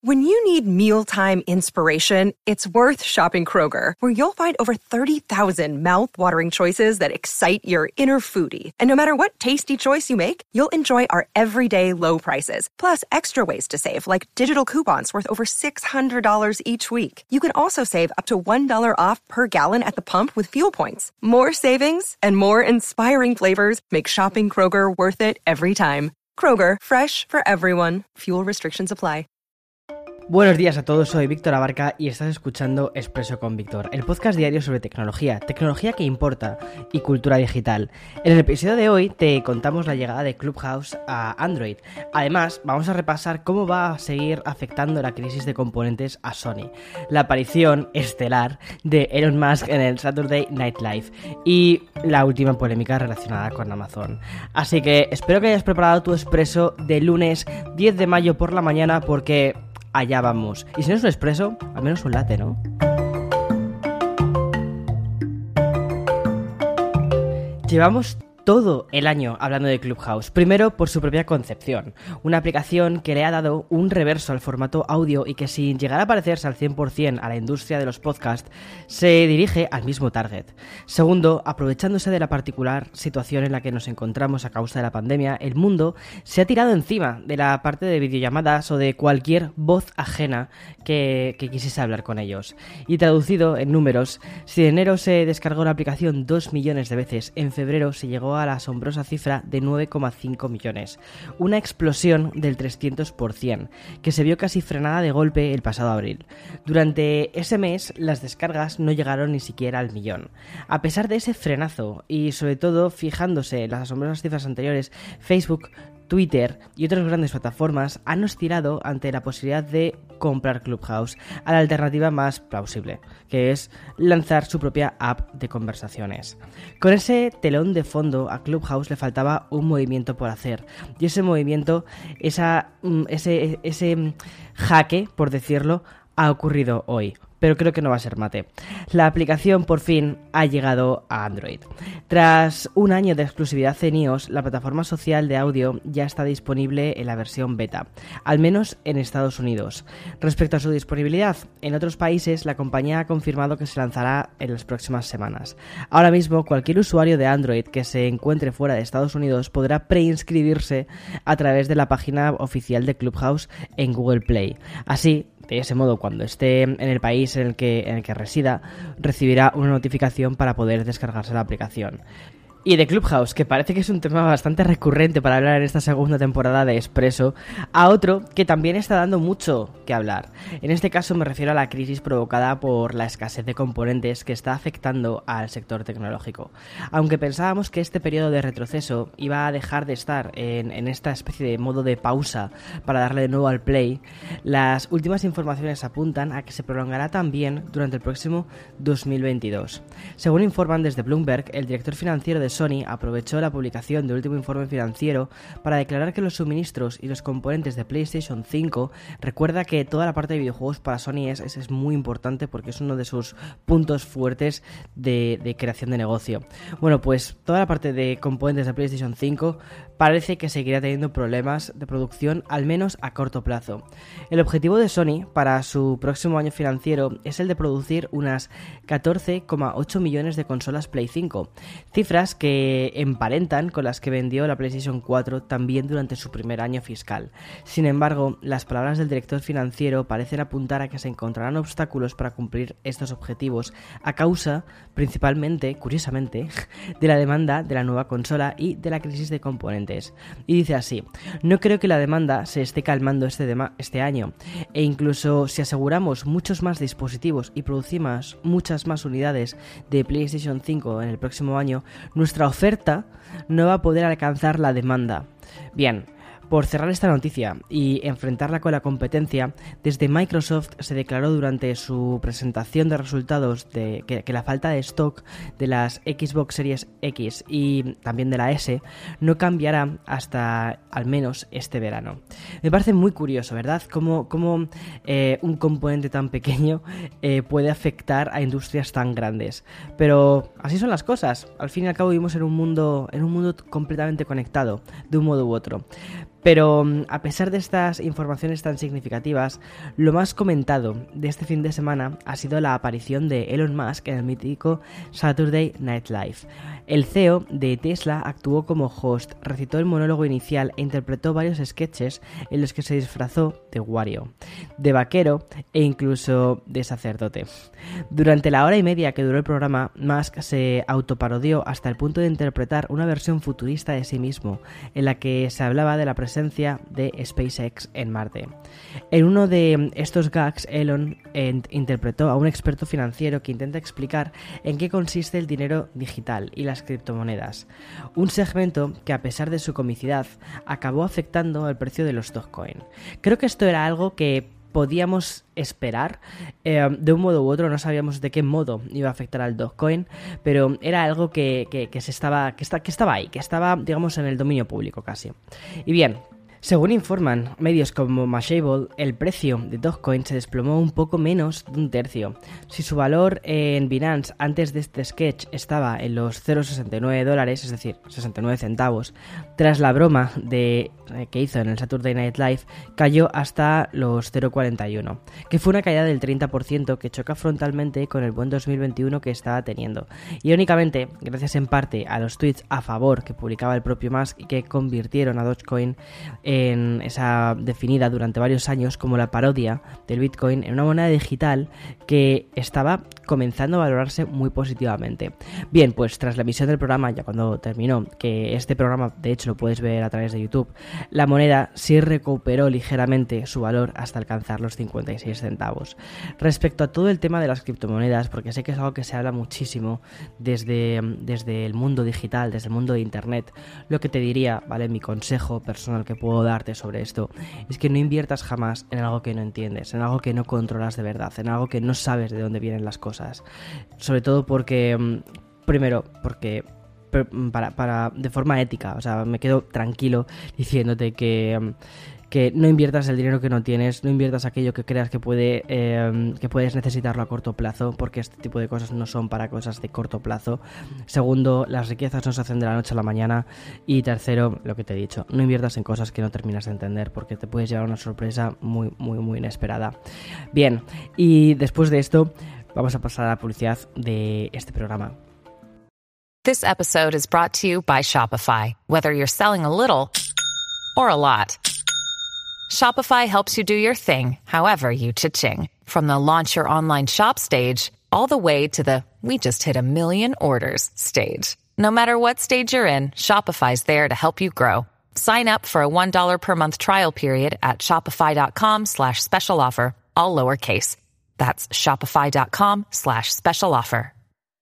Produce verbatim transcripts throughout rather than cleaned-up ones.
When you need mealtime inspiration, it's worth shopping Kroger, where you'll find over thirty thousand mouth-watering choices that excite your inner foodie. And no matter what tasty choice you make, you'll enjoy our everyday low prices, plus extra ways to save, like digital coupons worth over six hundred dollars each week. You can also save up to one dollar off per gallon at the pump with fuel points. More savings and more inspiring flavors make shopping Kroger worth it every time. Kroger, fresh for everyone. Fuel restrictions apply. Buenos días a todos, soy Víctor Abarca y estás escuchando Expreso con Víctor, el podcast diario sobre tecnología, tecnología que importa y cultura digital. En el episodio de hoy te contamos la llegada de Clubhouse a Android. Además, vamos a repasar cómo va a seguir afectando la crisis de componentes a Sony, la aparición estelar de Elon Musk en el Saturday Night Live y la última polémica relacionada con Amazon. Así que espero que hayas preparado tu expreso de lunes diez de mayo por la mañana porque allá vamos. Y si no es un expreso, al menos un latte, ¿no? Llevamos todo el año hablando de Clubhouse. Primero, por su propia concepción. Una aplicación que le ha dado un reverso al formato audio y que, sin llegar a parecerse al cien por ciento a la industria de los podcasts, se dirige al mismo target. Segundo, aprovechándose de la particular situación en la que nos encontramos a causa de la pandemia, el mundo se ha tirado encima de la parte de videollamadas o de cualquier voz ajena que, que quisiese hablar con ellos. Y traducido en números, si en enero se descargó la aplicación dos millones de veces, en febrero se llegó a la asombrosa cifra de nueve coma cinco millones, una explosión del trescientos por ciento, que se vio casi frenada de golpe el pasado abril. Durante ese mes, las descargas no llegaron ni siquiera al millón. A pesar de ese frenazo, y sobre todo fijándose en las asombrosas cifras anteriores, Facebook, Twitter y otras grandes plataformas han oscilado ante la posibilidad de comprar Clubhouse a la alternativa más plausible, que es lanzar su propia app de conversaciones. Con ese telón de fondo a Clubhouse le faltaba un movimiento por hacer, y ese movimiento, esa, ese, ese jaque, por decirlo, ha ocurrido hoy. Pero creo que no va a ser mate. La aplicación por fin ha llegado a Android. Tras un año de exclusividad en iOS, la plataforma social de audio ya está disponible en la versión beta, al menos en Estados Unidos. Respecto a su disponibilidad, en otros países la compañía ha confirmado que se lanzará en las próximas semanas. Ahora mismo, cualquier usuario de Android que se encuentre fuera de Estados Unidos podrá preinscribirse a través de la página oficial de Clubhouse en Google Play. Así, de ese modo, cuando esté en el país en el que, en el que resida, recibirá una notificación para poder descargarse la aplicación. Y de Clubhouse, que parece que es un tema bastante recurrente para hablar en esta segunda temporada de Expreso, a otro que también está dando mucho que hablar. En este caso me refiero a la crisis provocada por la escasez de componentes que está afectando al sector tecnológico. Aunque pensábamos que este periodo de retroceso iba a dejar de estar en, en esta especie de modo de pausa para darle de nuevo al play, las últimas informaciones apuntan a que se prolongará también durante el próximo dos mil veintidós. Según informan desde Bloomberg, el director financiero de Sony aprovechó la publicación del último informe financiero para declarar que los suministros y los componentes de PlayStation cinco, recuerda que toda la parte de videojuegos para Sony es, es, es muy importante porque es uno de sus puntos fuertes de, de creación de negocio. Bueno, pues toda la parte de componentes de PlayStation cinco parece que seguirá teniendo problemas de producción, al menos a corto plazo. El objetivo de Sony para su próximo año financiero es el de producir unas catorce coma ocho millones de consolas Play cinco, cifras que emparentan con las que vendió la PlayStation cuatro también durante su primer año fiscal. Sin embargo, las palabras del director financiero parecen apuntar a que se encontrarán obstáculos para cumplir estos objetivos a causa, principalmente, curiosamente, de la demanda de la nueva consola y de la crisis de componentes. Y dice así: no creo que la demanda se esté calmando este, dema- este año, e incluso si aseguramos muchos más dispositivos y producimos muchas más unidades de PlayStation cinco en el próximo año, nuestra oferta no va a poder alcanzar la demanda. Bien, por cerrar esta noticia y enfrentarla con la competencia, desde Microsoft se declaró durante su presentación de resultados de que, que la falta de stock de las Xbox Series X y también de la S no cambiará hasta al menos este verano. Me parece muy curioso, ¿verdad? Cómo, cómo eh, un componente tan pequeño eh, puede afectar a industrias tan grandes. Pero así son las cosas. Al fin y al cabo vivimos en un mundo, en un mundo completamente conectado, de un modo u otro. Pero a pesar de estas informaciones tan significativas, lo más comentado de este fin de semana ha sido la aparición de Elon Musk en el mítico Saturday Night Live. El C E O de Tesla actuó como host, recitó el monólogo inicial e interpretó varios sketches en los que se disfrazó de Wario, de vaquero e incluso de sacerdote. Durante la hora y media que duró el programa, Musk se autoparodió hasta el punto de interpretar una versión futurista de sí mismo, en la que se hablaba de la presencia de SpaceX en Marte. En uno de estos gags, Elon interpretó a un experto financiero que intenta explicar en qué consiste el dinero digital y las criptomonedas, un segmento que, a pesar de su comicidad, acabó afectando el precio de los Dogecoin. Creo que esto era algo que podíamos esperar, eh, de un modo u otro. No sabíamos de qué modo iba a afectar al Dogecoin, pero era algo que, que, que, se estaba, que, está, que estaba ahí, que estaba, digamos, en el dominio público casi. Y bien, según informan medios como Mashable, el precio de Dogecoin se desplomó un poco menos de un tercio. Si su valor en Binance antes de este sketch estaba en los cero coma sesenta y nueve dólares, es decir, sesenta y nueve centavos, tras la broma de, eh, que hizo en el Saturday Night Live, cayó hasta los cero coma cuarenta y uno, que fue una caída del treinta por ciento que choca frontalmente con el buen dos mil veintiuno que estaba teniendo. Irónicamente, gracias en parte a los tweets a favor que publicaba el propio Musk y que convirtieron a Dogecoin en esa definida durante varios años como la parodia del Bitcoin en una moneda digital que estaba comenzando a valorarse muy positivamente. Bien, pues tras la emisión del programa, ya cuando terminó, que este programa de hecho lo puedes ver a través de YouTube, la moneda sí recuperó ligeramente su valor hasta alcanzar los cincuenta y seis centavos. Respecto a todo el tema de las criptomonedas, porque sé que es algo que se habla muchísimo desde, desde el mundo digital, desde el mundo de internet, lo que te diría, ¿vale? Mi consejo personal que puedo darte sobre esto es que no inviertas jamás en algo que no entiendes, en algo que no controlas de verdad, en algo que no sabes de dónde vienen las cosas. Sobre todo porque, primero, porque para, para de forma ética, o sea, me quedo tranquilo diciéndote que que no inviertas el dinero que no tienes, no inviertas aquello que creas que puede eh, que puedes necesitarlo a corto plazo, porque este tipo de cosas no son para cosas de corto plazo. Segundo, las riquezas no se hacen de la noche a la mañana. Y tercero, lo que te he dicho, no inviertas en cosas que no terminas de entender, porque te puedes llevar una sorpresa muy, muy, muy inesperada. Bien, y después de esto, vamos a pasar a la publicidad de este programa. This episode is brought to you by Shopify. Whether you're selling a little or a lot, Shopify helps you do your thing, however you cha-ching. From the launch your online shop stage, all the way to the we just hit a million orders stage. No matter what stage you're in, Shopify's there to help you grow. Sign up for a one dollar per month trial period at shopify.com slash special offer, all lowercase. That's shopify.com slash special offer.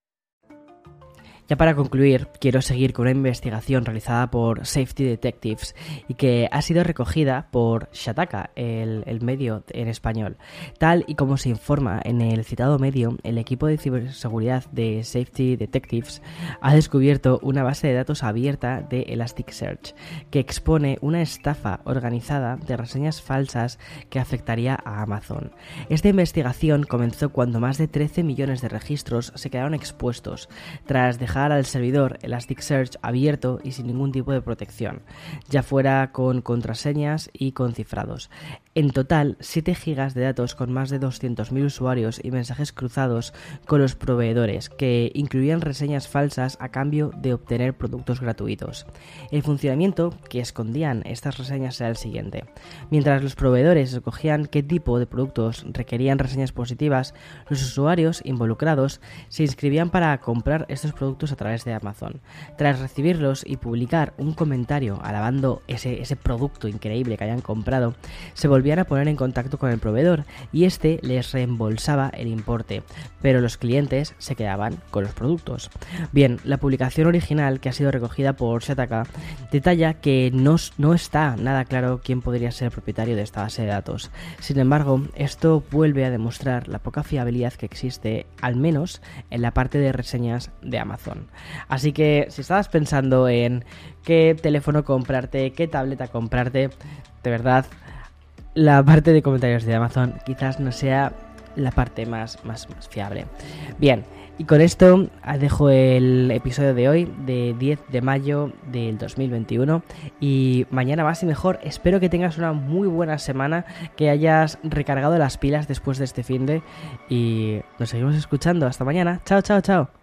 Ya para concluir, quiero seguir con una investigación realizada por Safety Detectives y que ha sido recogida por Shataka, el, el medio en español. Tal y como se informa en el citado medio, el equipo de ciberseguridad de Safety Detectives ha descubierto una base de datos abierta de Elasticsearch que expone una estafa organizada de reseñas falsas que afectaría a Amazon. Esta investigación comenzó cuando más de trece millones de registros se quedaron expuestos tras dejar al servidor Elasticsearch abierto y sin ningún tipo de protección, ya fuera con contraseñas y con cifrados. En total, siete gigas de datos con más de doscientos mil usuarios y mensajes cruzados con los proveedores, que incluían reseñas falsas a cambio de obtener productos gratuitos. El funcionamiento que escondían estas reseñas era el siguiente. Mientras los proveedores escogían qué tipo de productos requerían reseñas positivas, los usuarios involucrados se inscribían para comprar estos productos a través de Amazon. Tras recibirlos y publicar un comentario alabando ese, ese producto increíble que hayan comprado, se volvían a poner en contacto con el proveedor y este les reembolsaba el importe, pero los clientes se quedaban con los productos. Bien, la publicación original, que ha sido recogida por Shataka, detalla que no, no está nada claro quién podría ser el propietario de esta base de datos. Sin embargo, esto vuelve a demostrar la poca fiabilidad que existe, al menos en la parte de reseñas de Amazon. Así que si estabas pensando en qué teléfono comprarte, qué tableta comprarte, de verdad, la parte de comentarios de Amazon quizás no sea la parte más, más, más fiable. Bien, Y con esto dejo el episodio de hoy, de diez de mayo del dos mil veintiuno. Y mañana más y mejor. Espero que tengas una muy buena semana, que hayas recargado las pilas después de este finde. Y nos seguimos escuchando. Hasta mañana. Chao, chao, chao.